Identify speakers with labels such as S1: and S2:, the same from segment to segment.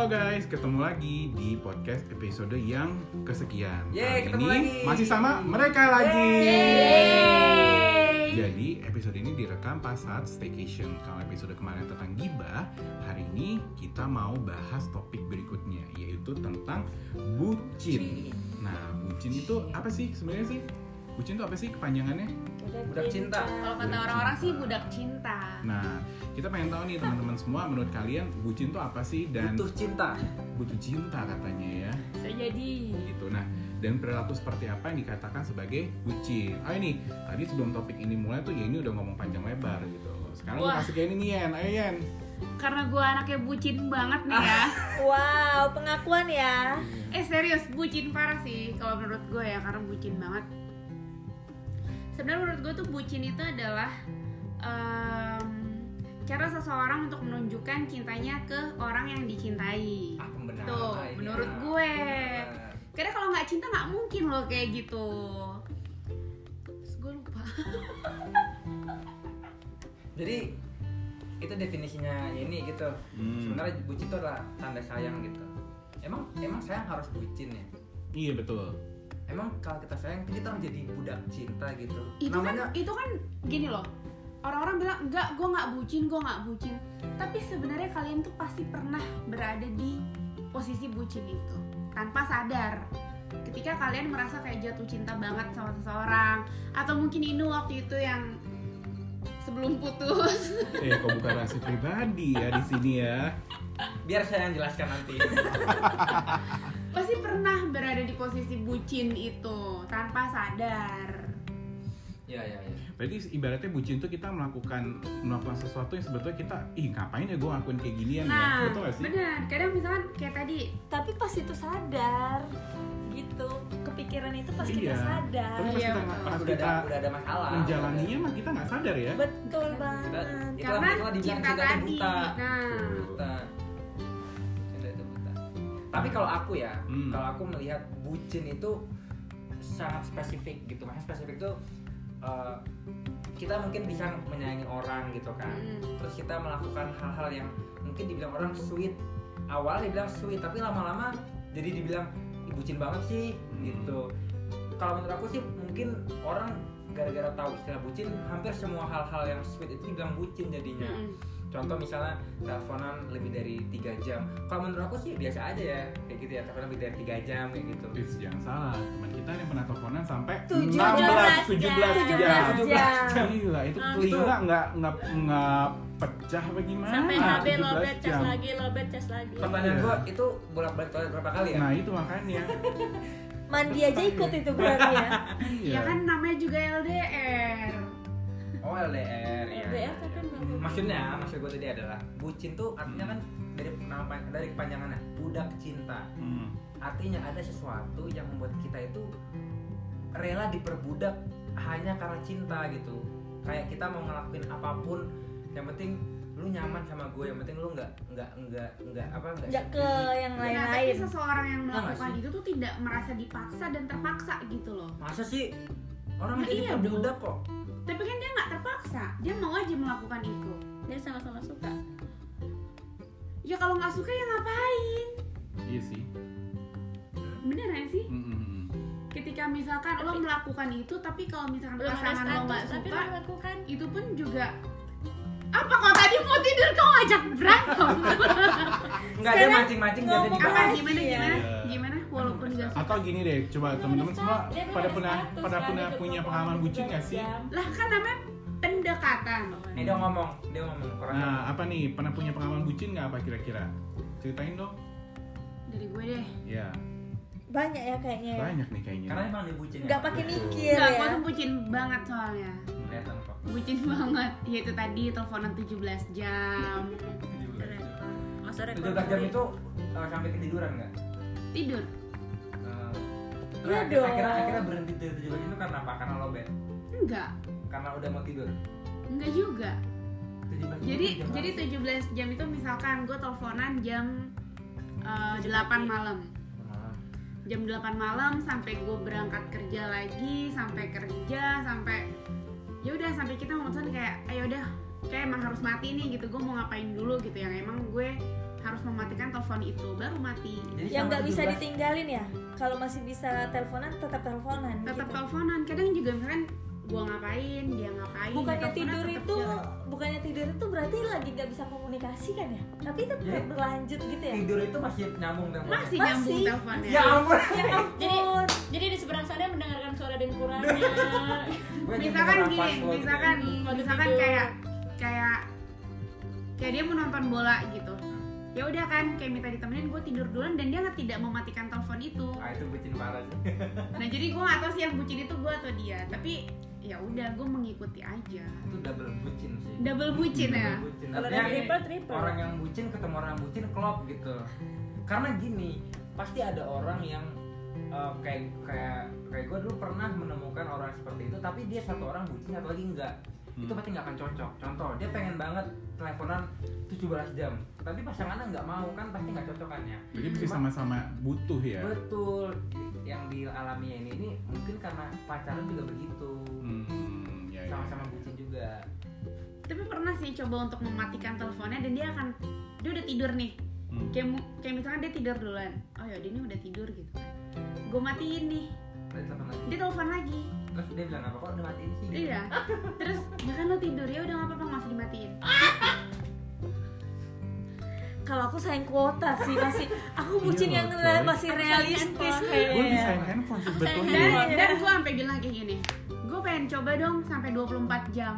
S1: Halo guys, ketemu lagi di podcast episode yang kesekian.
S2: Yeay,
S1: Kali
S2: ketemu
S1: ini
S2: lagi.
S1: masih sama mereka lagi.
S3: Yeay.
S1: Jadi episode ini direkam pas saat staycation. Kalau episode kemarin tentang gibah, hari ini kita mau bahas topik berikutnya, yaitu tentang bucin. Nah, bucin itu apa sih sebenarnya sih? Bucin itu apa sih kepanjangannya?
S2: Budak cinta.
S3: Kalau kata orang-orang sih budak cinta.
S1: Nah, kita pengen tahu nih teman-teman semua, menurut kalian bucin itu apa sih? Dan
S2: Butuh cinta.
S1: butuh cinta katanya ya.
S3: Bisa jadi.
S1: Gitu. Nah, dan perilaku seperti apa yang dikatakan sebagai bucin? Ini tadi sebelum topik ini mulai tuh ya ini udah ngomong panjang lebar gitu. Sekarang
S3: Wah.
S1: kasih kayak ini nih Yen, ayo Yen.
S3: Karena gue anaknya bucin banget nih ya.
S4: Wow, pengakuan ya.
S3: Serius, bucin parah sih kalau menurut gue ya, karena bucin banget. Sebenarnya menurut gue tuh bucin itu adalah cara seseorang untuk menunjukkan cintanya ke orang yang dicintai.
S2: Pembenaran.
S3: Tuh,
S2: Ini
S3: menurut
S2: ya.
S3: gue. Karena kalau nggak cinta nggak mungkin loh kayak gitu. Terus gue lupa.
S2: Jadi itu definisinya ini gitu. Sebenarnya bucin itu adalah tanda sayang gitu. Emang sayang harus bucin ya?
S1: Iya betul.
S2: Emang kalau kita sayang kita harus jadi budak cinta gitu.
S3: Itu kan gini loh. Orang-orang bilang enggak, gue nggak bucin. Tapi sebenarnya kalian tuh pasti pernah berada di posisi bucin itu tanpa sadar. Ketika kalian merasa kayak jatuh cinta banget sama seseorang, atau mungkin Inu waktu itu yang sebelum putus.
S1: Kok bukan rahasia pribadi ya di sini ya.
S2: Biar saya yang jelaskan nanti.
S3: Pasti pernah berada di posisi bucin itu tanpa sadar.
S2: Ya.
S1: Berarti ibaratnya bucin itu kita melakukan sesuatu yang sebetulnya kita ngapain ya gue ngakuin kayak ginian ya.
S3: Nah,
S1: Betul gak sih?
S3: benar. Kadang misalkan kayak tadi,
S4: Tapi pas itu sadar gitu. Kepikiran itu pas kita sadar.
S1: Tapi pas
S3: Iya,
S1: kita,
S3: betul.
S1: pas
S2: udah
S1: kita
S2: ada masalah.
S1: menjalaninya mah kita nggak sadar ya.
S4: Betul
S2: Kita,
S4: banget.
S3: karena
S2: itulah dibilang
S3: cinta
S2: cinta itu
S3: tadi.
S2: buta.
S3: Nah,
S2: Buta. Cinta itu buta. Tapi kalau aku ya, kalau aku melihat bucin itu sangat spesifik gitu. Maksudnya spesifik itu kita mungkin bisa menyayangi orang gitu kan. Terus kita melakukan hal-hal yang mungkin dibilang orang sweet. Awalnya dibilang sweet, tapi lama-lama jadi dibilang bucin banget sih gitu. Kalau menurut aku sih mungkin orang gara-gara tahu istilah bucin, hampir semua hal-hal yang sweet itu dibilang bucin jadinya. Contoh misalnya teleponan lebih dari 3 jam. Kalau menurut aku sih biasa aja ya, kayak gitu ya, teleponan lebih dari 3 jam kayak gitu.
S1: Jangan salah, teman kita yang pernah teleponan sampai
S4: 17
S1: 17
S4: jam.
S1: Gila, itu telinga nggak pecah apa gimana?
S5: Sampai HB
S1: 17
S5: lobet, cas
S1: jam.
S5: lagi.
S2: Pertanyaan
S1: Iya.
S2: gua itu bolak-balik toilet berapa kali ya?
S1: Nah itu makanya.
S4: Mandi aja ikut itu berarti ya.
S3: ya kan namanya juga LDR.
S2: Oh LDR ya.
S5: LDR tapi
S2: Maksud gue tadi adalah bucin tuh artinya kan dari kepanjangannya budak cinta. Artinya ada sesuatu yang membuat kita itu rela diperbudak hanya karena cinta gitu. Kayak kita mau ngelakuin apapun, yang penting lu nyaman sama gue, yang penting lu nggak
S4: Nggak ke yang
S3: Nah, tapi
S4: lain-lain.
S3: seseorang yang
S2: Nah,
S3: melakukan
S2: nggak sih?
S3: itu tuh tidak merasa dipaksa dan terpaksa gitu loh.
S2: Masa sih orang
S3: Nah,
S2: jadi
S3: iya
S2: perbudak kok.
S3: Tapi kan dia nggak terpaksa, dia mau aja melakukan itu.
S5: dia sama-sama suka.
S3: Ya kalau nggak suka ya ngapain?
S1: Iya sih.
S3: Bener gak sih? Ketika misalkan lo melakukan itu, tapi kalau misalkan
S5: Belum ada
S3: pasangan lo nggak
S5: status tapi
S3: suka,
S5: lo melakukan.
S3: itu pun juga apa kok tadi mau tidur kau ngajak berantem?
S2: Nggak ada mancing-mancing jadi
S4: ngomong
S2: dibahas.
S4: apa?
S3: Gimana?
S4: Iya.
S3: Gimana? Walaupun nggak suka.
S1: Atau gini deh, coba teman-teman semua
S5: Dia belum
S1: pada
S5: ada
S1: pernah
S5: status,
S1: pada
S5: kan,
S1: punya
S5: ikut
S1: punya
S5: telepon
S1: pengalaman
S5: 17
S1: bucin nggak sih?
S5: jam.
S3: Lah kan namanya pendekatan.
S2: Dia ngomong orang.
S1: Nah, apa nih? Pernah punya pengalaman bucin nggak apa kira-kira? Ceritain dong.
S3: Dari gue deh.
S1: Ya,
S4: Banyak ya kayaknya. ya.
S1: banyak nih kayaknya.
S2: Karena emang dia bucin.
S4: Nggak pakai mikir
S3: Enggak,
S4: ya.
S3: gue tuh bucin banget soalnya.
S2: Kelihatan kok.
S3: Bucin banget. Ya itu tadi teleponan 17 jam.
S5: Masa
S2: 17 jam itu sampai ketiduran nggak?
S3: Tidur.
S4: Iya
S2: Nah,
S4: dong.
S2: akhirnya berhenti dari 17 jam itu karena apa? Karena lobet.
S3: Enggak.
S2: Karena udah mau tidur.
S3: Enggak juga.
S2: 17 jam
S3: Jadi
S2: itu jam
S3: jadi
S2: berapa sih?
S3: 17 jam itu misalkan gue teleponan jam 8 malam. Jam 8 malam sampai gue berangkat kerja lagi, sampai ya udah sampai kita memutuskan kayak ayo udah kayak emang harus mati nih gitu, gue mau ngapain dulu gitu yang emang gue harus mematikan telepon itu baru mati.
S2: Jadi
S4: Yang nggak bisa
S2: 17
S4: ditinggalin ya. Kalau masih bisa teleponan tetap teleponan.
S3: Tetap
S4: gitu.
S3: teleponan. Kadang juga misalkan gua ngapain, dia ngapain.
S4: Bukannya
S3: teleponan
S4: tidur
S3: tetap
S4: itu,
S3: jalan.
S4: bukannya tidur itu berarti lagi nggak bisa komunikasi kan ya? Tapi tetap
S2: Jadi,
S4: berlanjut gitu ya.
S2: tidur itu masih nyambung teleponnya.
S3: masih
S4: Masih.
S3: nyambung teleponnya.
S2: Ya ampun.
S4: Ya ampun.
S5: Jadi di seberang sana mendengarkan suara denturannya.
S2: Gue jadi
S3: Misalkan
S2: nafas
S3: gini,
S2: lo gitu.
S3: misalkan
S5: Waktu
S3: misalkan
S5: tidur.
S3: kayak dia mau nonton bola gitu. Ya udah kan, kayak minta ditemenin, gue tidur duluan dan dia tidak mematikan telepon itu.
S2: Ah itu bucin parah sih.
S3: Nah jadi gue nggak tahu sih yang bucin itu gue atau dia, tapi ya udah gue mengikuti aja.
S2: Itu double bucin sih.
S3: Double bucin ya.
S2: Double bucin.
S5: Kalau
S2: Artinya
S5: ada triple.
S2: orang yang bucin ketemu orang bucin klop gitu. Karena gini, pasti ada orang yang kayak gue dulu pernah menemukan orang seperti itu, tapi dia satu orang bucin satu lagi enggak. Itu pasti nggak akan cocok. Contoh, dia pengen banget teleponan 17 jam, tapi pasangannya nggak mau, kan pasti nggak cocok kan ya.
S1: Jadi bisa sama-sama butuh ya.
S2: Betul, yang dialaminya ini mungkin karena pacaran juga begitu,
S1: Ya.
S2: sama-sama bucin juga.
S3: Tapi pernah sih coba untuk mematikan teleponnya dan dia udah tidur nih. Kayak misalkan dia tidur duluan. Oh ya, dia ini udah tidur gitu kan. Gue matiin nih.
S2: Terus telepon lagi.
S3: Dia telepon lagi.
S2: Terus dia bilang apa kok udah matiin sih?
S3: Iya. Terus ya kan lo tidur, ya udah nggak apa-apa, nggak usah dimatiin.
S4: Kalau aku sayang kuota sih masih. Aku bucin
S1: Iya,
S4: yang
S1: coy.
S4: masih realistis
S1: Gue
S4: kayaknya.
S1: bisa handphone sebetulnya.
S3: Dan gue sampai bilang kayak gini. Gue pengen coba dong sampai 24 jam.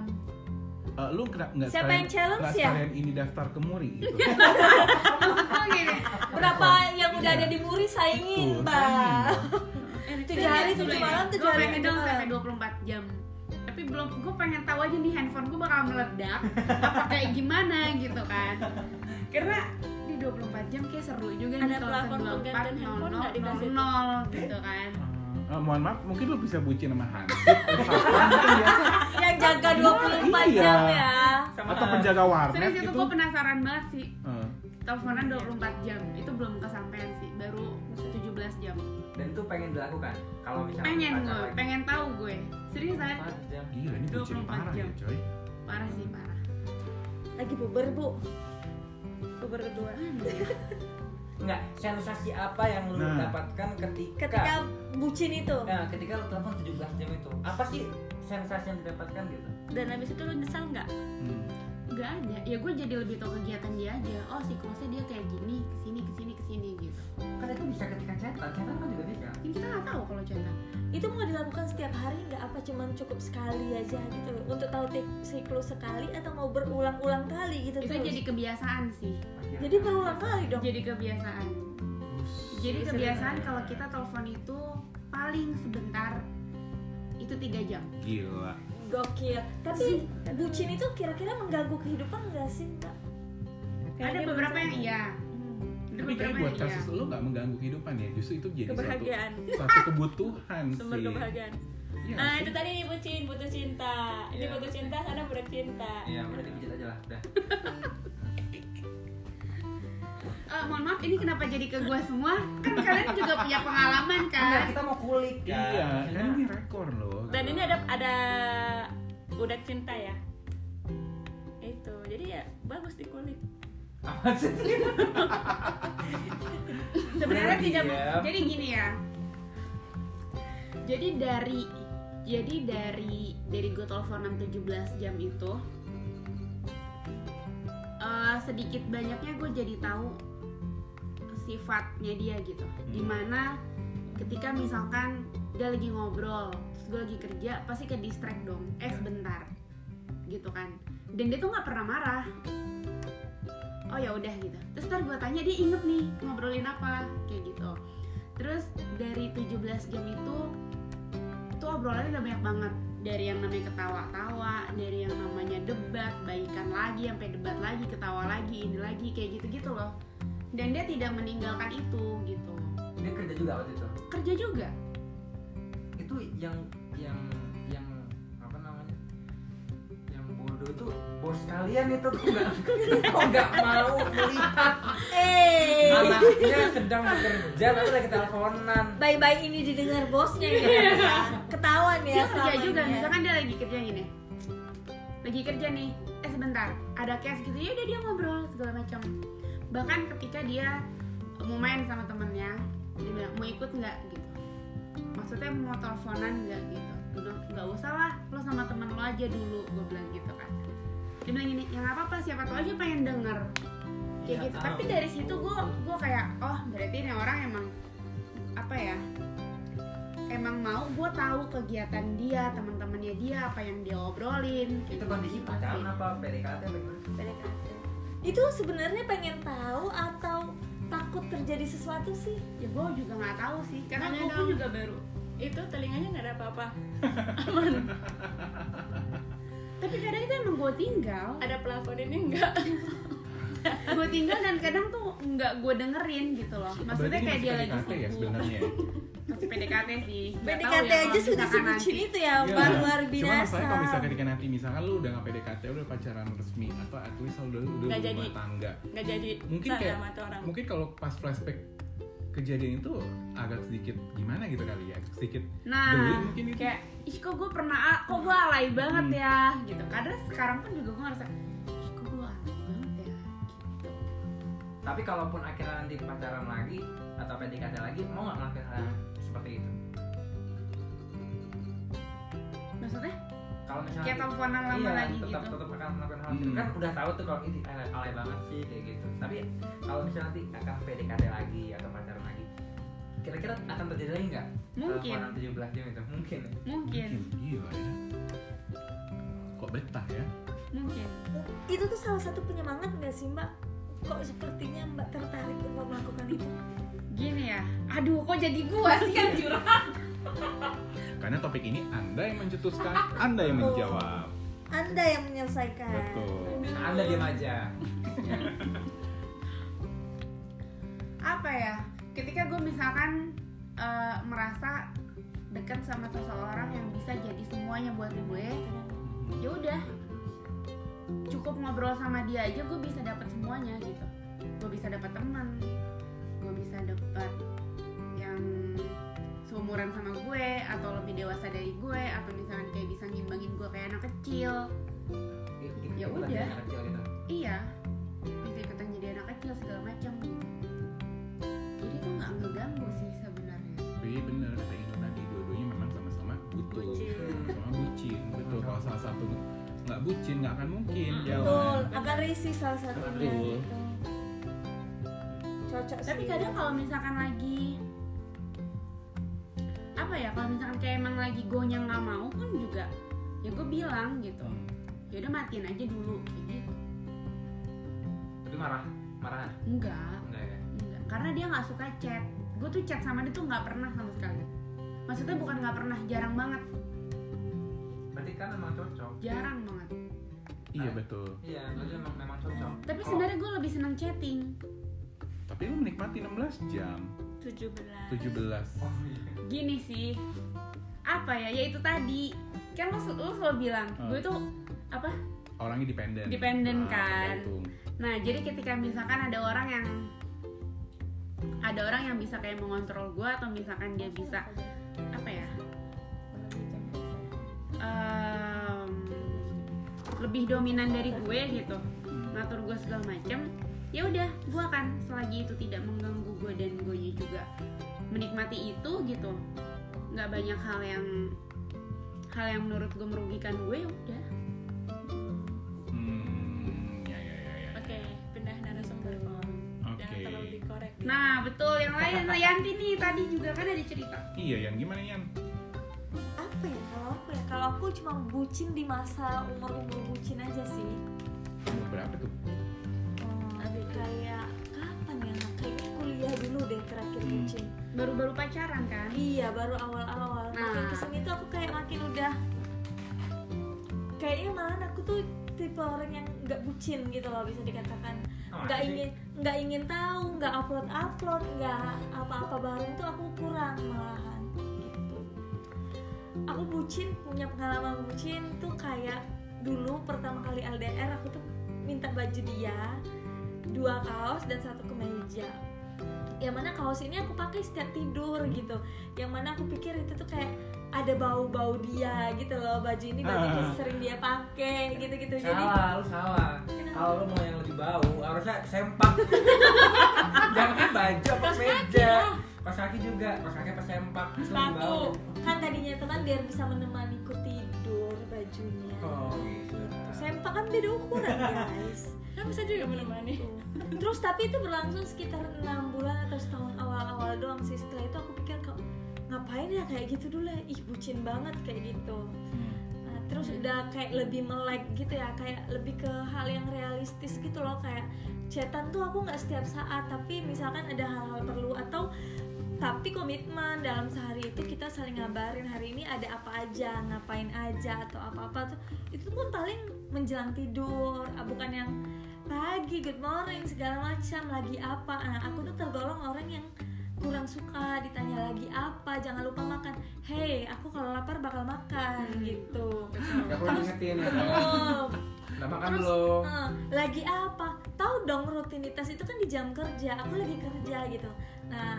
S1: Lu nggak
S4: Siapa yang challenge
S1: nggak
S4: ya?
S1: sekalian ini daftar ke Muri gitu.
S3: Maksudnya gini.
S4: Berapa yang udah ada di Muri sayangin,
S1: Tuh,
S4: Mbak.
S1: sayangin
S4: 7 hari 7 malam 7
S3: Gue
S4: hari
S3: pengen
S4: 7
S3: dong sampai
S4: malam.
S3: 24 jam. Tapi belum, gue pengen tahu aja nih handphone gue bakal meledak apa kayak gimana gitu kan. Karena di 24 jam kayak seru juga
S5: Ada
S3: nih kalau
S5: plafon penggantian handphone nggak dikasih?
S3: 00 gitu kan.
S1: Mohon maaf, mungkin lu bisa bucin sama Hansip mungkin biasa.
S4: Yang jaga 24
S1: Iya.
S4: jam ya.
S1: Atau penjaga warnet
S3: Serius itu
S1: gitu.
S3: gue penasaran banget sih.
S1: Eh,
S3: Teleponan 24 jam itu belum kesampaian sih, baru 17 jam.
S2: Dan itu pengen dilakukan kalau misalnya
S3: Pengen
S2: pacar
S3: gue,
S2: lagi.
S3: pengen tahu gue. Seriusan
S2: 4 jam.
S1: Gila, ini bucin
S3: 24
S1: parah ya
S3: jam.
S1: coy.
S3: parah sih parah.
S4: Lagi puber, Bu.
S5: Puber kedua.
S2: Enggak, sensasi apa yang lu
S1: Nah.
S2: dapatkan
S4: Ketika bucin itu.
S2: Nah, ketika lu telepon 17 jam itu, apa sih sensasi yang didapatkan gitu?
S5: Dan habis itu lu nyesal nggak?
S3: Nggak ada, ya gue jadi lebih tahu kegiatan dia aja. Oh siklusnya dia kayak gini, kesini gitu.
S2: Kan itu bisa ketika chatan kan juga bisa.
S3: Kan kita nggak tahu kalau chatan.
S4: Itu mau dilakukan setiap hari nggak, apa cuman cukup sekali aja gitu untuk tahu siklus sekali atau mau berulang-ulang kali gitu
S3: Itu
S4: terus?
S3: jadi kebiasaan sih.
S2: Akhirnya.
S4: Jadi berulang kali dong.
S3: Jadi kebiasaan. Jadi kebiasaan kalau kita telepon itu paling sebentar itu 3 jam.
S1: Gila.
S4: Gokil. Tapi bucin itu kira-kira mengganggu kehidupan nggak sih, Mbak?
S3: Ada beberapa yang iya. Ada
S1: Tapi kayak
S3: beberapa
S1: buat
S3: yang iya.
S1: kasus lu nggak mengganggu kehidupan ya, justru itu jadi
S5: Kebahagiaan.
S1: satu kebutuhan
S5: Sumber
S1: sih.
S5: kebahagiaan.
S1: Iya
S5: Nah
S1: sih.
S5: itu tadi bucin, butuh cinta. Ini
S2: Iya.
S5: butuh cinta, sana budak cinta.
S2: Iya, udah dipijit aja lah, udah.
S3: Mohon maaf, ini kenapa jadi ke gua semua? Kan kalian juga punya pengalaman
S2: Enggak,
S3: kan?
S2: kita mau kulik kan.
S1: Iya, kan
S2: Maksudnya,
S1: ini rekor loh.
S5: Dan ini ada budak cinta ya. Itu. Jadi ya bagus dikulik.
S2: apa sih?
S3: Sebenarnya tidak.
S2: Diam.
S3: Jadi gini ya. Jadi dari gue teleponan 17 jam itu sedikit banyaknya gue jadi tahu sifatnya dia gitu. Dimana ketika misalkan dia lagi ngobrol, terus gue lagi kerja, pasti ke distract dong. Sebentar, gitu kan. Dan dia tuh nggak pernah marah. Oh ya udah gitu. Terus ntar gue tanya, dia inget nih ngobrolin apa, kayak gitu. Terus dari 17 jam itu obrolannya udah banyak banget. Dari yang namanya ketawa-tawa, dari yang namanya debat, baikan lagi, sampai debat lagi, ketawa lagi, ini lagi, kayak gitu-gitu loh. Dan dia tidak meninggalkan itu gitu.
S2: Dia kerja juga waktu itu.
S3: Kerja juga.
S2: Itu yang apa namanya? Yang bodoh tuh bos kalian itu tuh kok nggak mau melihat anaknya sedang bekerja tapi lagi teleponan.
S4: Baik-baik ini didengar bosnya ya. Ketahuan ya
S3: Dia kerja
S4: selama
S3: juga,
S4: ini ya.
S3: misalkan dia lagi kerja gini. Lagi kerja nih, sebentar, ada case gitu, ya udah dia ngobrol segala macam. Bahkan ketika dia mau main sama temennya, dia bilang mau ikut nggak gitu, maksudnya mau teleponan nggak gitu. Gue bilang nggak usah lah, lo sama temen lo aja dulu, gue bilang gitu kan. Dia bilang gini, ya nggak apa-apa, siapa tahu aja pengen denger kayak gitu. Tapi dari situ gue kayak oh berarti ini orang emang apa ya, emang mau gue tahu kegiatan dia, teman-temannya dia, apa yang dia obrolin.
S2: Itu kondisi pacaran apa PDKT bagaimana?
S4: PDKT. Itu sebenarnya pengen tahu atau takut terjadi sesuatu sih?
S3: Ya gue juga nggak tahu sih, karena
S5: Nanya
S3: gue
S5: dong.
S3: juga baru.
S5: Itu telinganya nggak ada apa-apa.
S3: Tapi kadang itu emang gue tinggal,
S5: Ada plafon ini enggak?
S3: gue tinggal dan kadang tuh nggak gue dengerin gitu loh. Maksudnya
S1: Berarti
S3: kayak dia
S1: masih
S3: lagi
S1: PDKT ya
S3: sibuk.
S1: sebenarnya.
S3: Masih PDKT sih. Nggak tahu
S4: PDKT
S3: ya
S4: aja
S3: kalau
S4: sudah
S3: misalkan
S4: sebucin
S3: nanti.
S4: itu ya,
S1: Iya.
S4: luar
S1: Cuma
S4: biasa.
S1: masalahnya kalau misalkan ketika nanti misalkan lu udah nggak PDKT, udah pacaran resmi atau at least udah
S5: Nggak
S1: rumah
S5: jadi.
S1: tangga.
S5: Nggak jadi
S1: Mungkin
S5: sayang
S1: kayak
S5: sama tuh orang.
S1: mungkin kalau pas flashback kejadian itu agak sedikit gimana gitu kali ya, sedikit
S3: Nah,
S1: geli mungkin itu.
S3: kayak ih kok gue alay banget ya gitu. Kadang sekarang pun juga gue ngerasa ih kok gue alay banget ya gitu.
S2: Tapi kalaupun akhirnya nanti pacaran lagi atau PDKT lagi, mau nggak ngelakuin hal yang seperti itu?
S3: Maksudnya
S2: Kalau misalnya
S3: kayak teleponan lama lagi
S2: tetap
S3: gitu.
S2: akan melakukan hal itu. Kan udah tahu tuh kalau ini alay banget sih kayak gitu. Tapi kalau misalnya nanti akan PDKT lagi atau pacaran lagi, kira-kira akan terjadi lagi nggak?
S3: Mungkin.
S2: Teleponan 17 jam itu mungkin.
S3: Mungkin.
S1: Gila ya. Kok betah ya?
S3: Mungkin.
S4: Itu tuh salah satu penyemangat nggak sih Mbak? Kok sepertinya Mbak tertarik untuk melakukan itu?
S3: Gini ya. Aduh, kok jadi gua sih yang curhat.
S1: Karena topik ini Anda yang mencetuskan, Anda yang menjawab.
S4: Anda yang menyelesaikan.
S1: Betul.
S2: Anda diam aja.
S3: Apa ya? Ketika gue misalkan merasa dekat sama seseorang yang bisa jadi semuanya buat gue, ya udah cukup ngobrol sama dia aja gue bisa dapat semuanya gitu. Gue bisa dapat teman, gue bisa dapat yang seumuran sama gue atau lebih dewasa dari gue, atau misalkan kayak bisa ngimbangin gue kayak anak kecil. Ya
S2: Ikutan
S3: udah.
S2: anak kecil gitu.
S3: Iya, bisa ikutan jadi anak kecil segala macam gitu. Jadi tuh nggak ngeganggu sih sebenarnya.
S1: Iya bener kata Ino tadi, dua-duanya memang sama-sama butuh,
S5: Bucin.
S1: sama bucin. Betul, kalau salah satu nggak bucin nggak akan mungkin
S4: Betul,
S1: jalan.
S4: akan risih salah satunya
S1: Betul.
S4: gitu. Cocok
S3: Tapi
S4: sih.
S3: kadang kalau misalkan lagi apa ya, kalau misalkan kayak emang lagi gonya nggak mau pun juga ya gue bilang gitu, ya udah matiin aja dulu kayak gitu.
S2: Tapi marah
S3: Enggak,
S2: ya?
S3: karena dia nggak suka chat. Gue tuh chat sama dia tuh nggak pernah sama sekali. Maksudnya bukan nggak pernah, jarang banget,
S2: Berarti kan memang cocok.
S3: jarang banget.
S1: Iya betul.
S2: Iya, berarti memang cocok.
S3: Tapi
S2: Kalau-
S3: sebenarnya gue lebih seneng chatting.
S1: Tapi lu menikmati 16 jam,
S5: 17.
S1: 17.
S2: Oh iya.
S3: Gini sih, apa ya itu tadi kan lo selalu bilang gue tuh apa
S1: Orangnya dependen.
S3: Dependen kan.
S1: tergantung.
S3: Nah, jadi ketika misalkan ada orang yang bisa kayak mengontrol gue, atau misalkan dia bisa apa ya lebih dominan dari gue gitu, ngatur gue segala macem, ya udah gue akan selagi itu tidak mengganggu gue dan gue juga menikmati itu gitu, nggak banyak hal yang menurut gue merugikan gue, ya udah.
S1: Ya.
S5: Oke, pindah narasumber. Jangan
S1: Oke.
S5: terlalu dikorek.
S3: Nah betul, yang lain Yanti nih tadi juga kan ada cerita.
S1: Iya, Yan, gimana Yan?
S4: Apa ya kalau aku cuma bucin di masa umur bucin aja sih.
S1: Umur berapa tuh?
S4: Kayak kapan ya? Kayaknya kuliah dulu deh terakhir bucin.
S3: Baru-baru pacaran kan?
S4: Iya, baru awal-awal.
S3: Nah.
S4: Makin kesini tuh aku kayak makin udah kayaknya malahan aku tuh tipe orang yang nggak bucin gitu loh, bisa dikatakan. Nggak ingin tahu, nggak upload, nggak apa-apa bareng tuh aku kurang malahan gitu. Aku bucin, punya pengalaman bucin tuh kayak dulu pertama kali LDR aku tuh minta baju dia 2 kaos dan 1 kemeja. Yang mana kaos ini aku pakai setiap tidur gitu. Yang mana aku pikir itu tuh kayak ada bau-bau dia gitu loh, baju ini sering dia pakai gitu-gitu. Jadi
S2: Salah, lu salah. Kalau lu mau yang lebih bau, harusnya sempak Jangan baju apa meja. Kaos kaki juga, kaos kaki apa sempak,
S5: Sepatu.
S4: Kan tadinya itu kan biar bisa menemaniku tidur bajunya.
S2: Oh gitu.
S4: Sempak kan beda ukuran guys.
S5: Kan bisa juga menemani.
S4: Terus tapi itu berlangsung sekitar 6 bulan atau setahun awal-awal doang sih. Setelah itu aku pikir kok ngapain ya kayak gitu dulu ya, ih bucin banget kayak gitu. Nah, terus udah kayak lebih melek gitu ya, kayak lebih ke hal yang realistis gitu loh, kayak chatan tuh aku nggak setiap saat, tapi misalkan ada hal-hal perlu atau tapi komitmen dalam sehari itu kita saling ngabarin hari ini ada apa aja, ngapain aja atau apa-apa tuh, itu pun paling menjelang tidur, bukan yang pagi good morning segala macam lagi apa. Nah aku tuh tergolong orang yang kurang suka ditanya lagi apa, jangan lupa makan, hey aku kalau lapar bakal makan gitu.
S2: Gak perlu ingetin ya. Udah makan
S4: Terus,
S2: belum?
S4: lagi apa? Tahu dong rutinitas itu kan di jam kerja, aku lagi kerja gitu. Nah,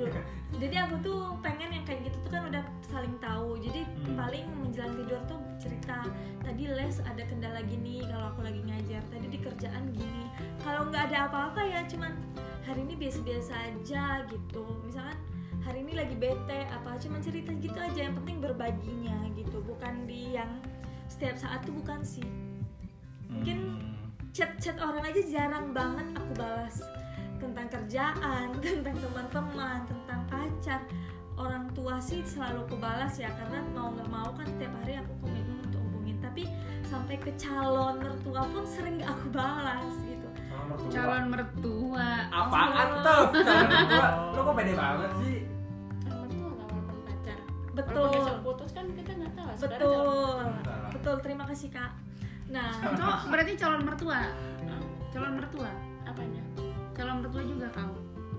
S4: jadi aku tuh pengen yang kayak gitu tuh kan udah saling tahu. Jadi paling menjelang tidur tuh cerita, tadi les ada kendala gini kalau aku lagi ngajar, tadi di kerjaan gini. Kalau nggak ada apa-apa ya cuman hari ini biasa-biasa aja gitu. Misalkan hari ini lagi bete apa, cuman cerita gitu aja, yang penting berbaginya gitu. Bukan di yang setiap saat tuh bukan sih. Mungkin chat orang aja jarang banget aku balas, tentang kerjaan, tentang teman-teman, tentang pacar. Orang tua sih selalu aku balas ya, karena mau nggak mau kan setiap hari aku komitmen untuk hubungin. Tapi sampai ke calon mertua pun sering nggak aku balas gitu.
S3: Calon mertua.
S2: Apaan tuh? Calon mertua? Lo kok pede banget sih?
S5: Calon mertua nggak walaupun pacar.
S4: Betul.
S5: Walaupun besok putus kan kita nggak tahu. Sekarang
S4: Betul,
S2: Salah.
S4: betul. Terima kasih kak. Nah,
S3: Oh, berarti calon mertua. Calon mertua.
S5: apanya?
S3: Calon mertua juga kau.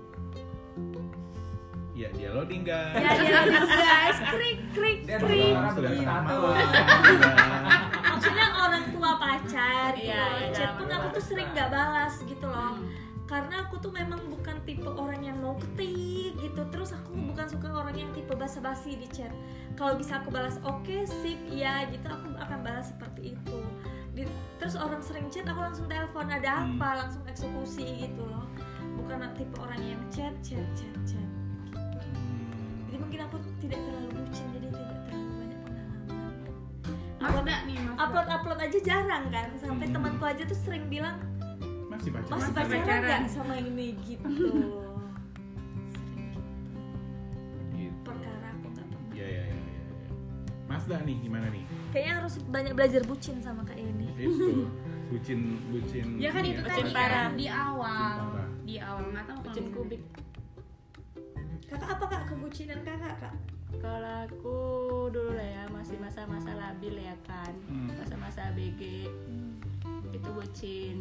S1: Ya dia loading guys.
S4: ya guys, krik krik
S2: Dia
S4: krik.
S2: orang
S1: Sudah
S2: begini
S1: tengah
S2: tuh.
S1: malam.
S4: Maksudnya orang tua pacar gitu.
S5: Iya, iya,
S4: Chat pun aku tuh sering nggak balas gitu loh.
S5: Hmm.
S4: Karena aku tuh memang bukan tipe orang yang mau ketik gitu. Terus aku bukan suka orang yang tipe basa-basi di chat. Kalau bisa aku balas oke, sip, iya gitu, aku akan balas seperti itu. Terus orang sering chat aku langsung telepon, ada apa, langsung eksekusi gitu loh. Bukan tipe orang yang chat. Jadi mungkin aku tidak terlalu bucin, jadi tidak terlalu banyak pengalaman. Upload aja jarang kan, sampai temanku aja tuh sering bilang
S1: Masih pacaran.
S4: masih pacaran nggak sama ini gitu.
S1: Gitu.
S4: Perkara aku nggak pernah.
S1: Iya. Mazda nih gimana nih?
S4: Kayaknya harus banyak belajar bucin sama kak ini.
S1: Itu bucin.
S3: Ya kan itu
S5: Bucin
S3: tadi
S5: parah.
S3: kan di awal.
S1: Bucin parah.
S3: Di awal nggak tahu
S5: Bucin
S3: kalau
S5: kubik.
S4: Kakak apa kak kebucinan kakak kak?
S5: Kalau aku dulu lah ya, masih masa-masa labil ya kan, masa-masa ABG itu bucin,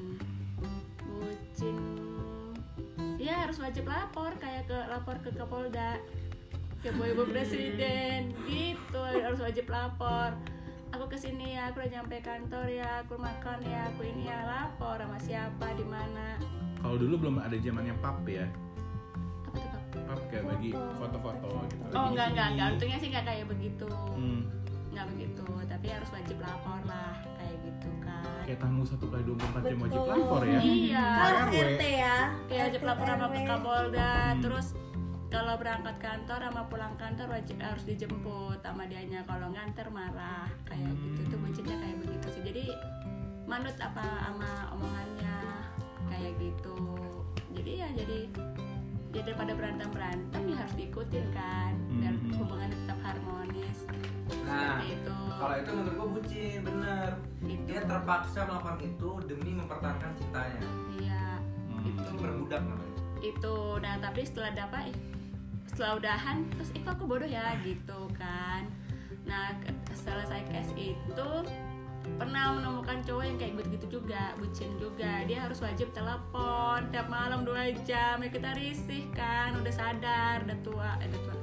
S5: ya harus wajib lapor, kayak lapor ke Kapolda, ke ibu presiden, gitu harus wajib lapor. Aku kesini ya, aku udah nyampe kantor ya, aku makan ya, aku ini ya, lapor sama siapa, di mana.
S1: Kalau dulu belum ada zamannya pap ya.
S5: Apa tuh Kak?
S1: Pap kayak bagi foto-foto gitu.
S5: Oh
S1: Lagi
S5: enggak,
S1: sini.
S5: untungnya sih enggak kayak begitu.
S1: Hmm.
S5: Nggak begitu, tapi harus wajib lapor lah, kayak gitu kan.
S1: Kayak tamu 1x24 jam wajib
S4: Betul.
S1: lapor ya.
S5: Iya,
S4: Harus
S1: RW.
S4: RT ya.
S5: kayak wajib lapor sama
S4: RW.
S5: ke Kapolda. Terus kalau berangkat kantor sama pulang kantor wajib harus dijemput sama dianya, kalau nganter marah, kayak gitu. Itu bucinnya kayak begitu sih. Jadi manut apa sama omongannya, kayak gitu. Jadi ya jadi pada berantem ya harus diikutin kan, biar hubungannya tetap harmonis.
S2: Nah,
S5: Seperti itu.
S2: kalau itu menurut gue bucin, bener.
S5: Gitu.
S2: Dia terpaksa melakukan itu demi mempertahankan cintanya.
S5: Iya, itu.
S2: Berbudak namanya.
S5: Itu. Nah, tapi setelah setelah udahan terus kok aku bodoh ya gitu kan. Nah, selesai case itu pernah menemukan cowok yang kayak gitu juga, bucin juga. Dia harus wajib telepon tiap malam 2 jam. Ya kita risih kan, udah sadar, udah tua.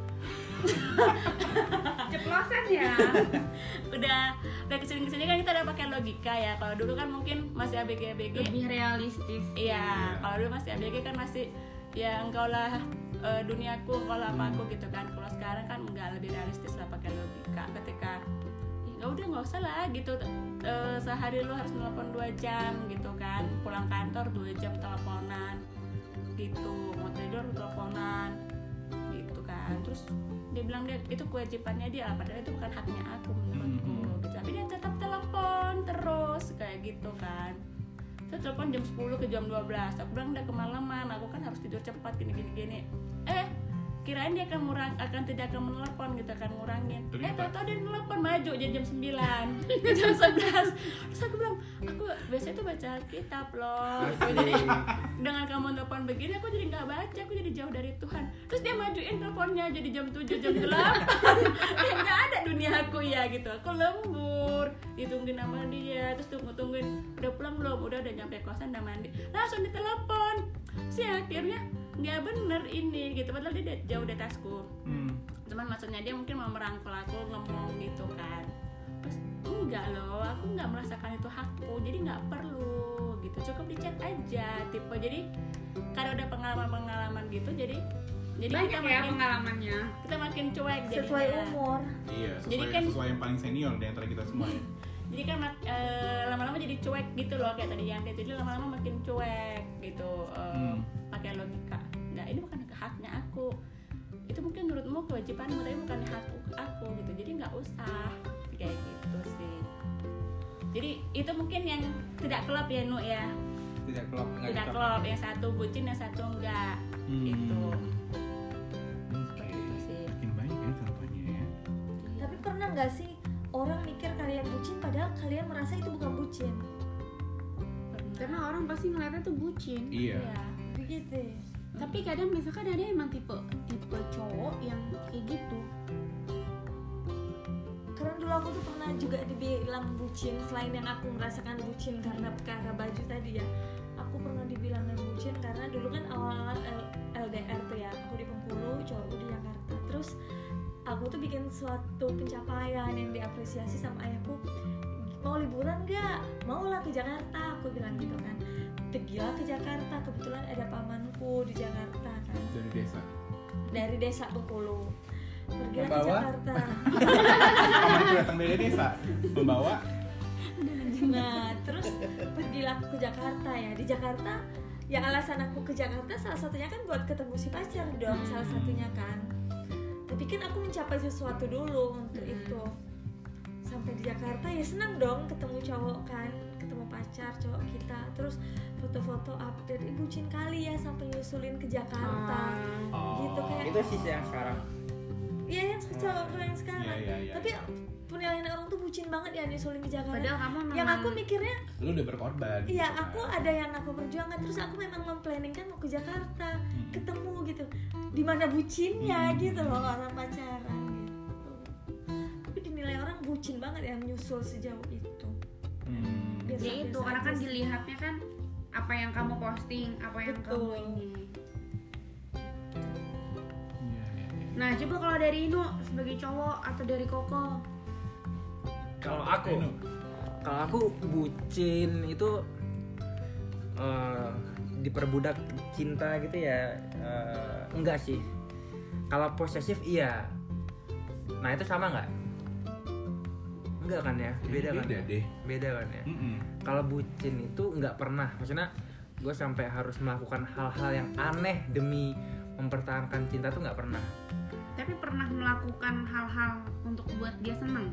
S3: ceplosan ya.
S5: udah kesini kan kita udah pakai logika ya. Kalau dulu kan mungkin masih ABG.
S3: Lebih realistis.
S5: Iya, kalau dulu masih ABG kan masih ya engkau lah duniaku, engkau lah apa aku gitu kan. Kalau sekarang kan enggak, lebih realistis lah pakai logika. Ketika nggak udah nggak usah lah gitu. Sehari lu harus nelpon 2 jam gitu kan, pulang kantor 2 jam teleponan gitu, mau tidur teleponan gitu kan. Terus dia bilang dia itu kewajibannya dia, padahal itu bukan haknya aku menurutku gitu. Tapi dia tetap telepon terus kayak gitu kan. Saya telepon jam 10 ke jam 12, aku bilang udah kemalaman, aku kan harus tidur cepat gini. Kirain dia akan tidak akan menelepon gitu, akan ngurangin. Tau-tau dia nelepon maju jadi jam 9 jam 11. Terus aku bilang, aku biasanya tuh baca Alkitab loh. Jadi dengan kamu telepon begini aku jadi nggak baca, aku jadi jauh dari Tuhan. Terus dia majuin teleponnya jadi jam 7 jam 8. Nggak ada dunia aku ya gitu. Aku lembur, ditungguin sama dia, terus tungguin udah pulang belum, udah nyampe kosan, udah mandi, langsung ditelepon. Sih akhirnya nggak bener ini gitu, padahal dia jauh dari tasku. Cuman maksudnya dia mungkin mau merangkul aku, ngomong gitu kan. Terus enggak loh, aku nggak merasakan itu hakku, jadi nggak perlu gitu, cukup di chat aja tipe. Jadi karena udah pengalaman gitu, jadi
S3: banyak
S5: kita
S3: ya pengalamannya,
S5: kita makin cuek
S4: sesuai umur.
S1: Iya,
S5: jadi kan
S1: sesuai yang paling senior di antara kita semua ya.
S5: Jadi kan lama-lama jadi cuek gitu loh, kayak tadi yang jadi lama-lama makin cuek gitu, pakai logika. Nah ini bukan haknya aku, itu mungkin menurutmu kewajibanmu tapi bukan hak aku gitu, jadi nggak usah kayak gitu sih. Jadi itu mungkin yang tidak klop ya Nu ya,
S2: Tidak klop,
S5: tidak klop, yang satu bucin yang satu enggak gitu. Seperti itu sih.
S1: Makin banyak ya contohnya ya.
S4: Tapi pernah nggak sih orang mikir kalian bucin padahal kalian merasa itu bukan bucin?
S3: karena orang pasti ngeliatnya tuh bucin.
S1: Iya.
S4: Begitu.
S3: Tapi kadang misalkan ada emang tipe cowok yang kayak gitu.
S4: Karena dulu aku tuh pernah juga dibilang bucin, selain yang aku merasakan bucin karena perkara baju tadi ya. Aku pernah dibilang bucin karena dulu kan awal-awal LDR tuh ya, aku di Bengkulu, cowokku di Jakarta. Terus aku tuh bikin suatu pencapaian yang diapresiasi sama ayahku. Mau liburan gak? Mau lah ke Jakarta, aku bilang gitu kan. Pergilah ke Jakarta, kebetulan ada pamanku di Jakarta kan. Dari desa Bengkulu. Pergilah ke Jakarta.
S1: Pamanku datang dari desa, membawa.
S4: Nah, terus pergilah aku ke Jakarta ya. Di Jakarta, ya alasan aku ke Jakarta salah satunya kan buat ketemu si pacar dong, salah satunya kan. Tapi kan aku mencapai sesuatu dulu untuk itu. Sampai di Jakarta ya senang dong ketemu cowok kan, ketemu pacar cowok kita. Terus foto-foto update, bucin kali ya sampai nyusulin ke Jakarta. Gitu kayak.
S2: Itu sih yang sekarang.
S4: Iya yang cowok yang sekarang.
S1: Iya.
S4: Tapi penilaian orang tuh bucin banget ya nyusulin ke Jakarta.
S3: Padahal kamu memang...
S4: Yang aku mikirnya,
S1: lu udah berkorban.
S4: iya
S1: gitu
S4: aku
S1: kan.
S4: ada yang aku perjuangkan. Terus aku memang memplanningkan mau ke Jakarta, ketemu gitu. Di mana bucinnya gitu loh orang pacaran gitu. Tapi dinilai orang bucin banget yang nyusul sejauh itu.
S3: Ya itu karena kan dilihatnya kan apa yang kamu posting, apa yang
S4: Betul.
S3: kamu ini.
S1: Iya.
S3: Nah coba kalau dari Inu sebagai cowok atau dari Koko.
S2: Kalau aku bucin itu diperbudak cinta gitu ya, enggak sih. Kalau posesif iya. Nah itu sama nggak? Enggak kan ya? Beda kan?
S1: Deh.
S2: Beda kan ya? Kalau bucin itu nggak pernah, maksudnya gue sampai harus melakukan hal-hal yang aneh demi mempertahankan cinta tuh nggak pernah.
S3: Tapi pernah melakukan hal-hal untuk buat dia seneng?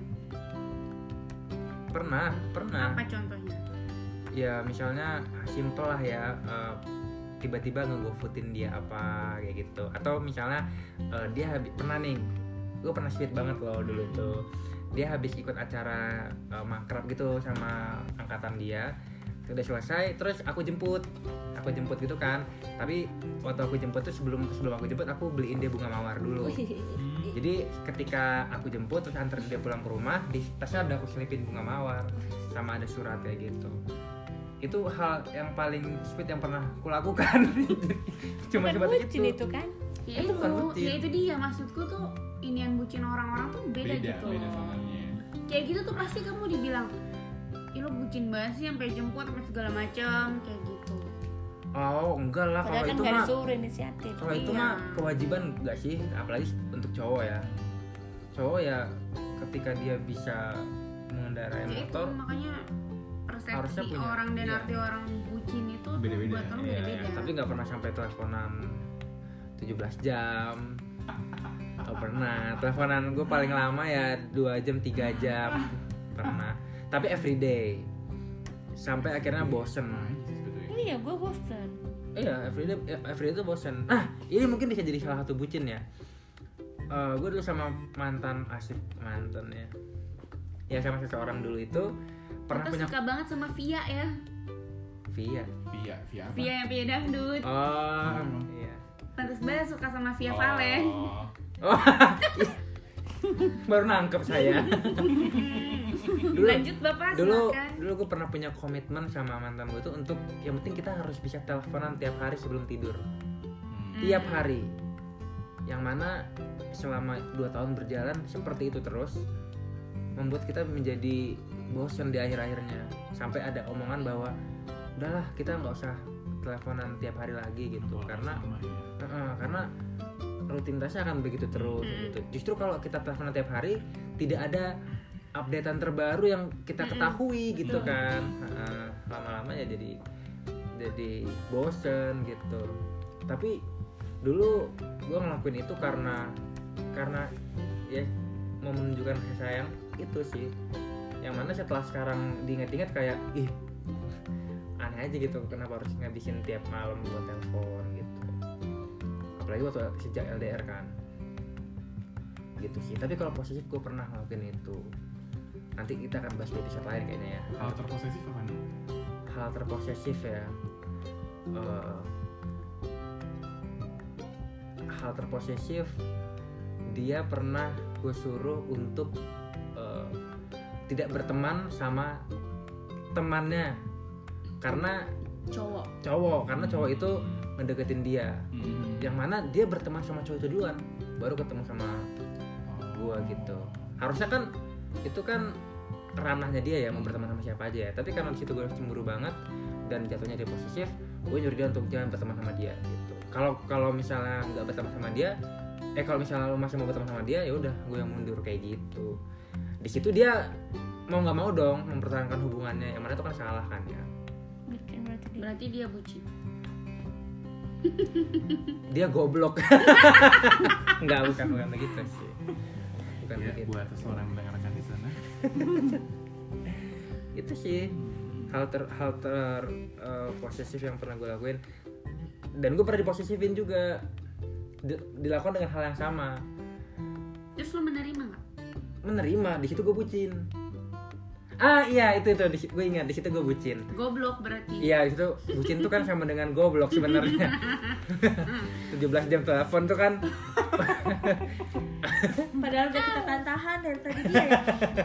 S2: Pernah.
S3: Apa contohnya?
S2: Ya misalnya simple lah ya, tiba-tiba nge-GoFoodin dia apa kayak gitu. Atau misalnya dia pernah nih, gue pernah sweet banget loh dulu tuh. Dia habis ikut acara makrab gitu sama angkatan dia. Udah selesai, terus aku jemput gitu kan. Tapi waktu aku jemput tuh sebelum aku jemput aku beliin dia bunga mawar dulu. Jadi ketika aku jemput terus antar dia pulang ke rumah, di tasnya udah aku selipin bunga mawar sama ada surat kayak gitu. Itu hal yang paling sweet yang pernah aku lakukan. Cuma sebatas
S5: bucin
S2: itu.
S5: itu kan?
S3: Ya
S2: Itu bukan bucin.
S3: ya itu dia maksudku tuh, ini yang bucin orang-orang tuh beda gitu.
S1: Beda samanya.
S3: Kayak gitu tuh pasti kamu dibilang, ih lo bucin banget sih sampai jemput sampai segala macam kayak gitu.
S2: Oh enggak lah,
S5: Padahal
S2: kalau
S5: kan
S2: itu
S5: gak
S2: mah
S5: disuruh inisiatif.
S2: kalau itu
S3: Iya.
S2: mah kewajiban enggak sih, apalagi untuk cowok ya. Cowok ya ketika dia bisa mengendarai
S3: Ya itu
S2: motor
S3: makanya
S2: harusnya
S3: persepsi
S2: punya,
S3: orang dan
S2: iya.
S3: arti orang bucin itu
S1: Beda-beda.
S3: buat orang
S2: Iya,
S3: beda-beda.
S2: tapi nggak pernah sampai teleponan 17 jam. Nggak pernah. Teleponan gue paling lama ya 2 jam 3 jam pernah. Tapi everyday. Sampai akhirnya bosen.
S1: Nah, ini sih sebetulnya.
S5: Iya, gue bosen.
S2: Iya, everyday itu bosen. Ah, ini mungkin bisa jadi salah satu bucin ya. Gue dulu sama mantan ya. Ya sama seseorang dulu itu pernah
S3: Kita
S2: punya
S3: suka banget sama Via ya.
S2: Via.
S1: Via apa?
S3: Via yang punya dangdut.
S2: Oh,
S1: Hmm.
S2: iya.
S3: Pantes banget suka sama Via Valen.
S2: Oh, baru nangkep saya.
S3: Lanjut Bapak,
S2: dulu
S3: silakan.
S2: gue pernah punya komitmen sama mantan gue tuh untuk yang penting kita harus bisa teleponan tiap hari sebelum tidur. Tiap hari. Yang mana selama 2 tahun berjalan seperti itu terus membuat kita menjadi bosan di akhir-akhirnya. Sampai ada omongan bahwa udahlah kita nggak usah teleponan tiap hari lagi gitu. Karena karena rutinitasnya akan begitu terus gitu. Justru kalau kita teleponan tiap hari tidak ada updatean terbaru yang kita ketahui gitu kan. Lama-lama ya jadi bosen gitu. Tapi dulu gue ngelakuin itu karena ya mau menunjukkan kasih sayang itu sih. Yang mana setelah sekarang diingat-ingat kayak aneh aja gitu, kenapa harus ngabisin tiap malam buat telepon gitu. Apalagi waktu sejak LDR kan gitu sih. Tapi kalau posesif gue pernah ngelakuin itu. Nanti kita akan bahas di episode lain kayaknya ya.
S1: Hal terposesif apa nih?
S2: Hal terposesif ya. Hal terposesif dia pernah gue suruh untuk tidak berteman sama temannya karena cowok karena cowok itu ngedeketin dia. Yang mana dia berteman sama cowok itu duluan baru ketemu sama gue gitu. Harusnya kan itu kan ranahnya dia ya mau berteman sama siapa aja ya. Tapi karena di situ gue cemburu banget dan jatuhnya dia posesif, gue nyuruh dia untuk jangan berteman sama dia gitu. Kalau misalnya nggak berteman sama dia, kalau misalnya lo masih mau berteman sama dia, ya udah gue yang mundur kayak gitu. Di situ dia mau nggak mau dong mempertahankan hubungannya, yang mana itu kan salah kan ya.
S3: Berarti dia bucin.
S2: Dia goblok. bukan begitu sih. Bukan
S1: Ya,
S2: begitu.
S1: buat seseorang mendengarkan di sana.
S2: Itu sih hal posesif yang pernah gue lakuin. Dan gue pernah diposesifin juga. Dilakukan dengan hal yang sama.
S3: Terus lo menerima nggak?
S2: Menerima, di situ gue bucin. Iya itu gue ingat di situ gue bucin.
S3: Goblok berarti.
S2: Iya di situ bucin tuh kan sama dengan goblok sebenarnya. 17 jam telepon tuh kan.
S4: Padahal udah kita tahan dari tadi dia ya.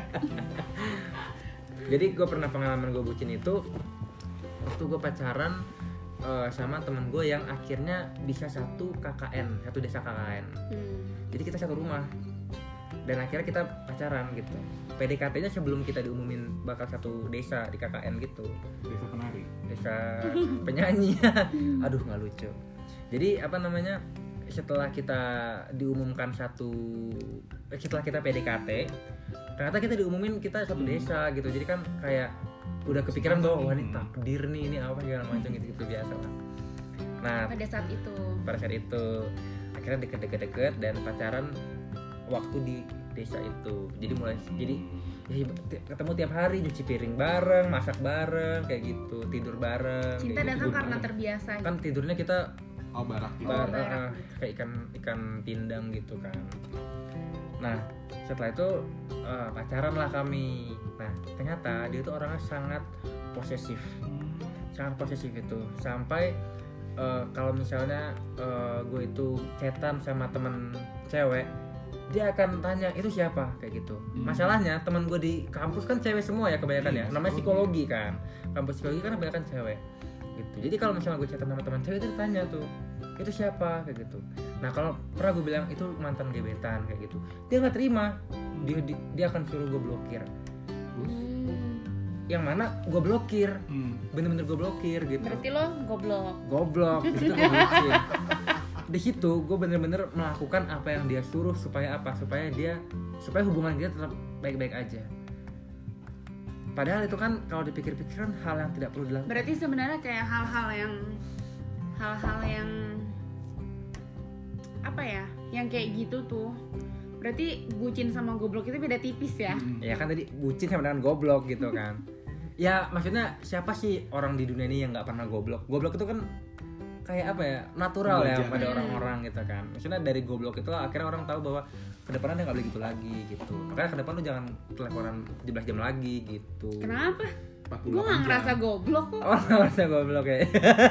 S2: Jadi gue pernah pengalaman gue bucin itu waktu gue pacaran sama temen gue yang akhirnya bisa satu desa KKN. Jadi kita satu rumah dan akhirnya kita pacaran gitu. PDKT-nya sebelum kita diumumin bakal satu desa di KKN gitu.
S1: Desa penari.
S2: Desa penyanyi. Aduh nggak lucu. Jadi setelah kita diumumkan setelah kita PDKT, ternyata kita diumumin kita satu desa gitu. Jadi kan kayak udah kepikiran bahwa wah ini takdir nih, ini apa segala macam gitu biasa lah. Nah
S3: Pada saat itu
S2: akhirnya deket dan pacaran waktu di desa itu. Jadi ya, ketemu tiap hari, nyuci piring bareng, masak bareng kayak gitu, tidur bareng.
S3: cinta
S2: kayak
S3: datang
S2: gitu.
S3: karena terbiasa.
S2: Kan tidurnya kita
S1: barak gitu.
S3: barak.
S2: kayak ikan pindang gitu kan. Nah setelah itu pacaran lah kami. Nah ternyata dia tuh orangnya sangat posesif itu sampai kalau misalnya gue itu chatan sama temen cewek, dia akan tanya itu siapa kayak gitu. Masalahnya teman gue di kampus kan cewek semua ya kebanyakan ya, namanya psikologi kan, kampus psikologi kan kebanyakan cewek gitu. Jadi kalau misalnya gue chatan sama teman cewek itu ditanya tuh itu siapa kayak gitu. Nah kalau pernah gue bilang itu mantan gebetan kayak gitu, dia nggak terima, dia akan suruh gue blokir. Yang mana gue blokir, bener-bener gue blokir gitu.
S3: Berarti lo goblok.
S2: Di situ gue bucin. Di situ gue bener-bener melakukan apa yang dia suruh supaya hubungan kita tetap baik-baik aja.
S6: Padahal itu kan kalau dipikir-pikir kan hal yang tidak perlu dilakukan.
S3: Berarti sebenarnya kayak hal-hal yang apa ya? Yang kayak gitu tuh. Berarti bucin sama goblok itu beda tipis ya?
S6: Ya kan tadi bucin sama dengan goblok gitu kan. Ya maksudnya siapa sih orang di dunia ini yang nggak pernah goblok? Goblok itu kan kayak apa ya, natural ya pada orang-orang gitu kan. Maksudnya dari goblok itu akhirnya orang tahu bahwa kedepannya dia nggak boleh gitu lagi gitu. Makanya kedepan lu jangan teleponan 17 jam lagi gitu.
S3: Kenapa?
S1: 48
S3: Gue nggak
S1: jam.
S3: ngerasa goblok kok.
S6: Oh nggak merasa goblok ya.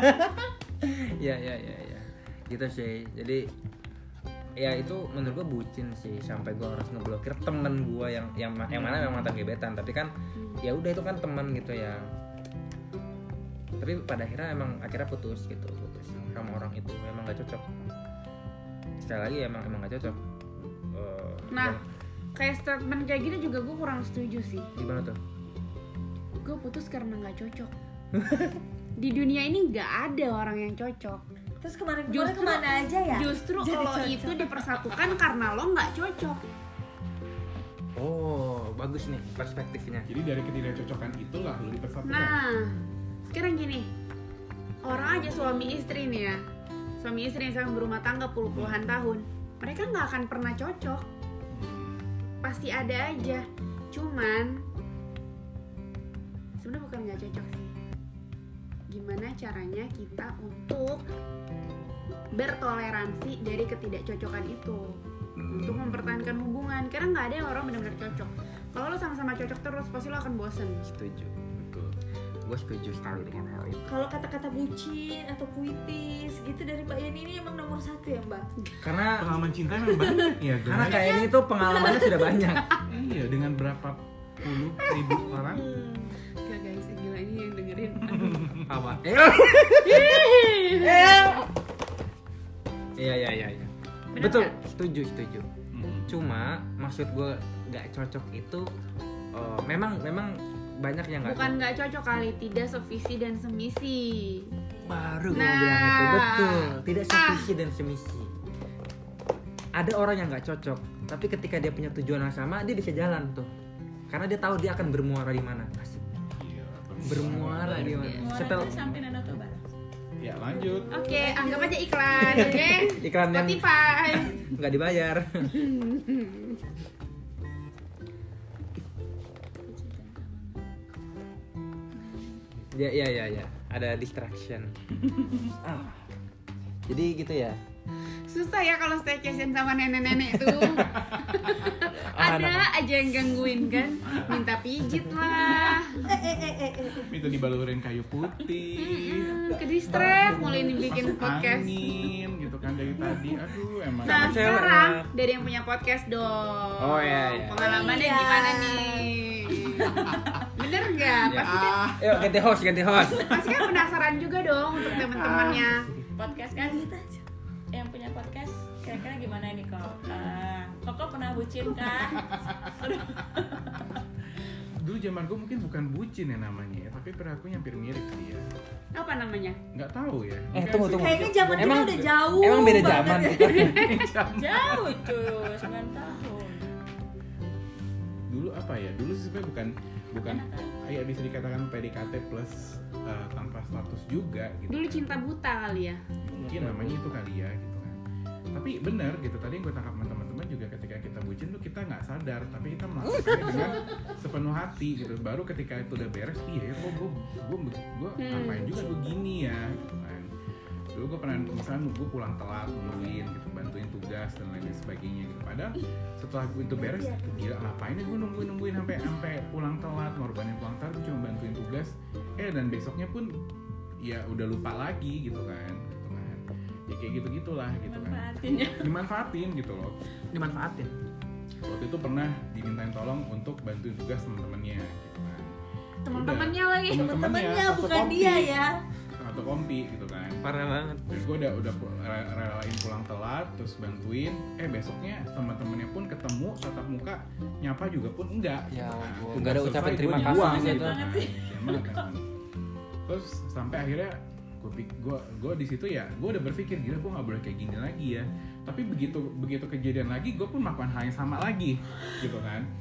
S6: Ya gitu sih. Jadi ya itu menurut gue bucin sih, sampai gue harus ngeblokir temen gue yang mana memang mantan gebetan, tapi kan ya udah itu kan teman gitu ya. Tapi pada akhirnya putus sama orang itu, memang nggak cocok. Sekali lagi emang nggak cocok.
S3: Nah, kayak statement kayak gitu juga gue kurang setuju sih.
S6: Gimana tuh?
S3: Gue putus karena nggak cocok. Di dunia ini nggak ada orang yang cocok.
S4: Terus kemarin kemana aja ya?
S3: Justru
S4: Jadi
S3: kalau
S4: cocok.
S3: itu dipersatukan karena lo nggak cocok.
S6: Oh bagus nih perspektifnya.
S1: Jadi dari ketidakcocokan itulah lu dipersatukan.
S3: Nah, sekarang gini, orang aja suami istri nih ya, suami istri yang sedang berumah tangga puluhan tahun, mereka nggak akan pernah cocok, pasti ada aja. Cuman sebenarnya bukan nggak cocok sih, gimana caranya kita untuk bertoleransi dari ketidakcocokan itu, untuk mempertahankan hubungan. Karena nggak ada yang orang benar-benar cocok. Kalau lo sama-sama cocok terus, pasti lo akan bosen.
S6: Setuju, betul. Gue setuju sekali dengan hal itu.
S4: Kalau kata-kata bucin atau puitis gitu dari Mbak Yani ini emang nomor 1 ya Mbak?
S6: Karena
S1: Pengalaman cinta memang banyak ya guys.
S6: karena kayak ini tuh pengalamannya sudah banyak.
S1: Iya, dengan berapa puluh ribu orang.
S3: Gak guys, gila ini yang dengerin.
S6: Apa? Iya.
S3: Bener
S6: Betul,
S3: nggak?
S6: setuju. Cuma maksud gue nggak cocok itu memang banyak yang nggak
S3: Bukan nggak cocok kali, tidak sevisi dan semisi.
S6: baru gue
S3: Nah.
S6: bilang itu betul, tidak sevisi dan semisi. Ada orang yang nggak cocok, tapi ketika dia punya tujuan yang sama dia bisa jalan tuh, karena dia tahu dia akan bermuara di mana. Asik.
S1: Iya,
S6: Bermuara di mana?
S5: Muara
S6: Setel
S5: itu sampai Danau Toba.
S1: Ya lanjut.
S3: Oke, anggap aja iklan, oke?
S6: iklan yang
S3: Spotify.
S6: nggak dibayar. Ya. Ada distraction. Jadi gitu ya.
S3: Susah ya kalau staycation sama nenek-nenek tuh. Ada aja yang gangguin kan, minta pijit lah,
S1: Minta dibalurin kayu putih.
S3: ke distrek, mulai dibikin
S1: Masuk
S3: podcast.
S1: angin gitu kan dari tadi. Aduh, emang.
S3: Nah
S6: Sama cewek,
S3: sekarang
S6: ya.
S3: dari yang punya podcast dong.
S6: Oh, iya.
S3: Pengalamannya
S4: Iya.
S3: gimana nih? Bener nggak?
S6: Ya.
S3: Pasti kan,
S6: Yuk ganti host.
S3: pasti kan penasaran juga dong untuk teman-temannya.
S5: Podcast kan yang punya podcast kira-kira gimana ini kok? Koko pernah bucin kan?
S1: Dulu zaman gue mungkin bukan bucin ya namanya ya, tapi perilakunya hampir mirip sih ya.
S3: Apa namanya?
S1: Nggak tahu ya.
S6: Tunggu.
S4: Kayaknya zaman kita
S6: Emang-
S4: udah jauh.
S6: Emang beda
S4: banget
S6: zaman
S4: ya.
S6: gitu.
S5: Jauh tuh, 9 tahun.
S1: Dulu apa ya? Dulu sih sebenarnya bukan ya bisa dikatakan PDKT plus tanpa status juga gitu.
S3: Dulu
S1: kan.
S3: cinta buta kali ya.
S1: Mungkin namanya itu kali ya gitu kan. Tapi benar gitu, tadi yang gue tangkap teman-teman juga ketika kita bucin tuh kita nggak sadar, tapi kita melakukannya dengan sepenuh hati gitu. Baru ketika itu udah beres, iya kok gue ngapain juga gue gini ya gitu kan. Dulu gue pernah misalnya gue pulang telat nungguin gitu, bantuin tugas dan lain sebagainya gitu. Padahal setelah gue itu beres, gila ngapain ya gue nungguin sampai pulang telat, ngorbanin pulang telat, gue cuma bantuin tugas. Dan besoknya pun ya udah lupa lagi gitu kan. Ya kayak gitu-gitulah gitu kan. Dimanfaatin gitu loh.
S6: Dimanfaatin.
S1: Waktu itu pernah dimintain tolong untuk bantuin tugas teman-temannya gitu kan.
S3: Teman-temannya lagi.
S4: Temen-temennya
S1: satu
S4: bukan
S1: kompi.
S4: dia ya.
S1: Satu kompi gitu kan.
S6: Parah banget.
S1: Terus gue udah relain pulang telat, terus bantuin. Besoknya teman-temannya pun ketemu tatap muka, nyapa juga pun enggak.
S6: Ya
S1: Nah,
S6: ampun, nggak ada
S1: selesai,
S6: ucapan
S1: gue
S6: terima
S1: dibuang
S6: kasih
S1: gitu
S6: gitu.
S1: kan. Emang kan. Terus sampai akhirnya gue di situ ya, gue udah berpikir gila gue nggak boleh kayak gini lagi ya. Tapi begitu kejadian lagi, gue pun melakukan hal yang sama lagi, gitu kan.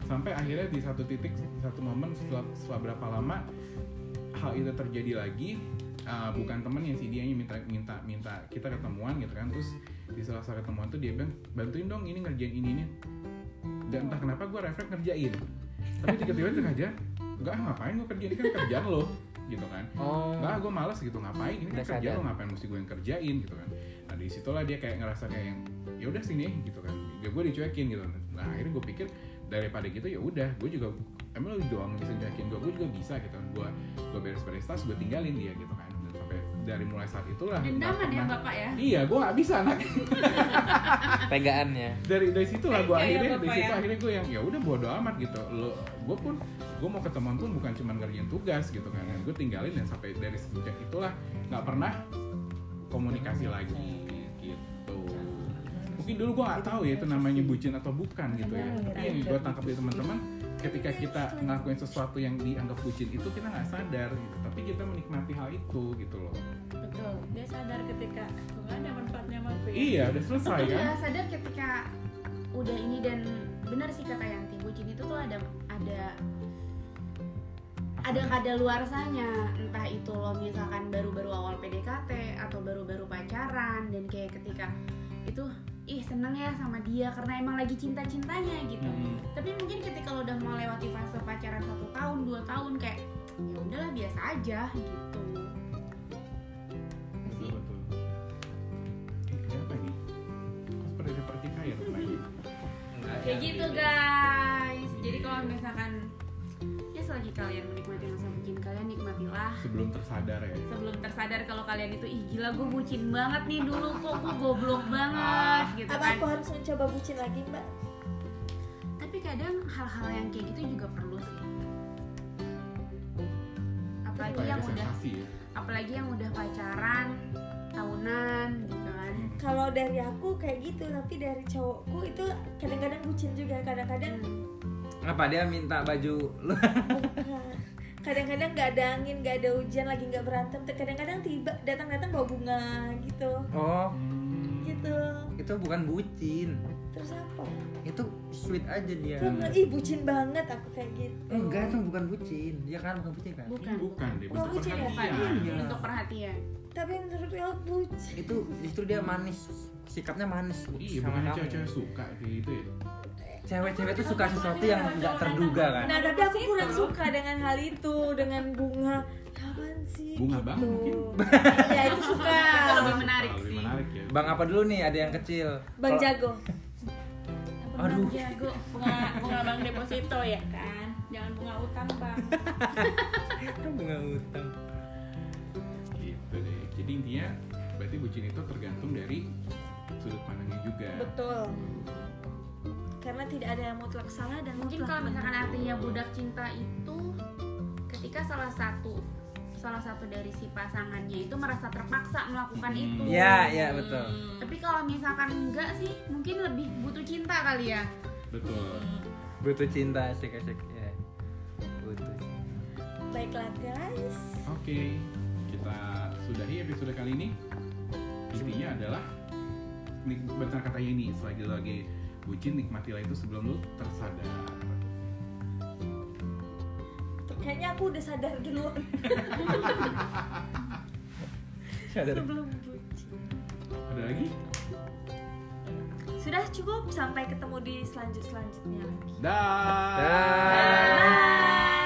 S1: sampai akhirnya di satu titik, satu momen setelah berapa lama hal itu terjadi lagi. Bukan temennya sih, dia yang minta kita ketemuan gitu kan. Terus di salah ketemuan tuh dia bilang, bantuin dong ini ngerjain ini. Dan entah kenapa gue refleks ngerjain, tapi tiba-tiba aja enggak, ngapain gue kerjain, ini kan kerjaan lo gitu kan. Enggak, gue malas gitu, ngapain ini kan kerjaan lo, ngapain mesti gue yang kerjain gitu kan. Nah di situlah dia kayak ngerasa kayak yang ya udah sini gitu kan, ya gue dicuekin gitu. Nah akhirnya gue pikir daripada gitu ya udah, gue juga emang lu doang bisa cuekin gue juga bisa gitu kan. Gue beres-beres tas, gue tinggalin dia gitu kan. Dan sampai dari mulai saat itulah
S3: dendaman ya bapak ya.
S1: Iya, gue nggak bisa anak.
S6: Pegaannya.
S1: Dari situ lah gue
S3: Kayak
S1: akhirnya gue yang ya udah bodo amat gitu. Gue mau ketemuan pun bukan cuma ngerjain tugas gitu kan. Gue tinggalin, dan sampai dari sejak itulah nggak pernah komunikasi lagi gitu. Mungkin dulu gue nggak tahu ya itu namanya bucin atau bukan gitu ya. Tapi yang gue tangkap dari teman-teman, ketika kita ngelakuin sesuatu yang dianggap bucin itu kita nggak sadar gitu, tapi kita menikmati hal itu gitu loh.
S5: Betul, dia sadar ketika nggak ada manfaatnya sama gue.
S1: Iya, udah selesai kan.
S3: Iya, sadar ketika udah ini. Dan benar sih kata Yanti, bucin itu tuh ada kadaluarsanya. Entah itu lo misalkan baru-baru awal PDKT atau baru-baru pacaran, dan kayak ketika itu seneng ya sama dia karena emang lagi cinta-cintanya gitu. Tapi mungkin ketika lo udah melewati fase pacaran 1 tahun, 2 tahun, kayak ya udahlah biasa aja gitu.
S1: Betul. Kenapa ini? Kok seperti ada pertikaian lagi?
S3: Kayak gitu guys. Jadi kalau misalkan ya selagi kalian menikmati masa bucin kalian, nikmatilah
S1: Sebelum tersadar ya.
S3: sebelum tersadar kalau kalian itu gila gue bucin banget nih dulu, kok gue goblok banget gitu
S4: Apa
S3: kan.
S4: aku harus mencoba bucin lagi, Mbak?
S3: Tapi kadang hal-hal yang kayak gitu juga perlu sih. Apalagi
S1: Kayak
S3: yang
S1: ada
S3: udah
S1: sensasi ya.
S3: apalagi yang udah pacaran tahunan gitu kan.
S4: Kalau dari aku kayak gitu, tapi dari cowokku itu kadang-kadang bucin juga, kadang-kadang
S6: Apa dia minta baju lu?
S4: bukan. Kadang-kadang nggak ada angin, nggak ada hujan, lagi nggak berantem, kadang-kadang tiba datang bawa bunga gitu,
S6: Oh,
S4: gitu.
S6: itu bukan bucin.
S4: Terus apa?
S6: Itu sweet aja dia.
S4: Terus bilang, ih bucin banget aku kayak gitu.
S6: Enggak, itu bukan bucin. Ya kan, bukan bucin kan?
S3: Bukan.
S1: Bukan deh,
S4: Bukan
S1: bentuk
S4: bucin ya?
S1: perhatian.
S6: Iya.
S3: Untuk perhatian.
S4: Tapi menurut aku bucin.
S6: Itu justru dia manis. Sikapnya manis
S1: Iya,
S6: sama
S1: bukan
S6: kamu.
S1: cewek-cewek suka kayak gitu ya.
S6: Cewek-cewek tuh suka sesuatu yang nggak terduga kan.
S4: Nah tapi aku kurang suka dengan hal itu, dengan bunga. Apaan sih?
S1: Bunga
S4: gitu.
S1: bang mungkin.
S4: Ya itu suka.
S3: Itu lebih menarik
S1: Lebih
S3: sih.
S1: menarik ya.
S6: Bang apa dulu nih? Ada yang kecil.
S4: Bang
S6: Kalau-
S4: Jago.
S6: Aduh.
S3: Jago.
S5: bunga bank deposito ya kan, jangan bunga utang bang.
S6: Bunga utang.
S1: Gitu deh. Jadi intinya berarti bucin itu tergantung dari sudut pandangnya juga.
S4: Betul. Karena tidak ada yang mutlak salah dan
S3: Mungkin
S4: mutlak
S3: kalau misalkan
S4: benar.
S3: artinya budak cinta itu ketika salah satu dari si pasangannya itu merasa terpaksa melakukan itu.
S6: Iya, betul.
S3: Tapi kalau misalkan enggak sih, mungkin lebih butuh cinta kali ya.
S1: Betul.
S6: Butuh cinta, asik-asik ya. Butuh.
S4: Baiklah guys.
S1: Oke, kita sudahi episode kali ini. Intinya adalah benar katanya ini, selagi bucin nikmatilah itu sebelum lu tersadar.
S4: Kayaknya aku udah sadar duluan
S6: Sadar.
S4: sebelum bucin.
S1: Ada lagi?
S4: Sudah cukup, sampai ketemu di selanjutnya lagi.
S1: Dah.
S6: Dah.
S4: Bye.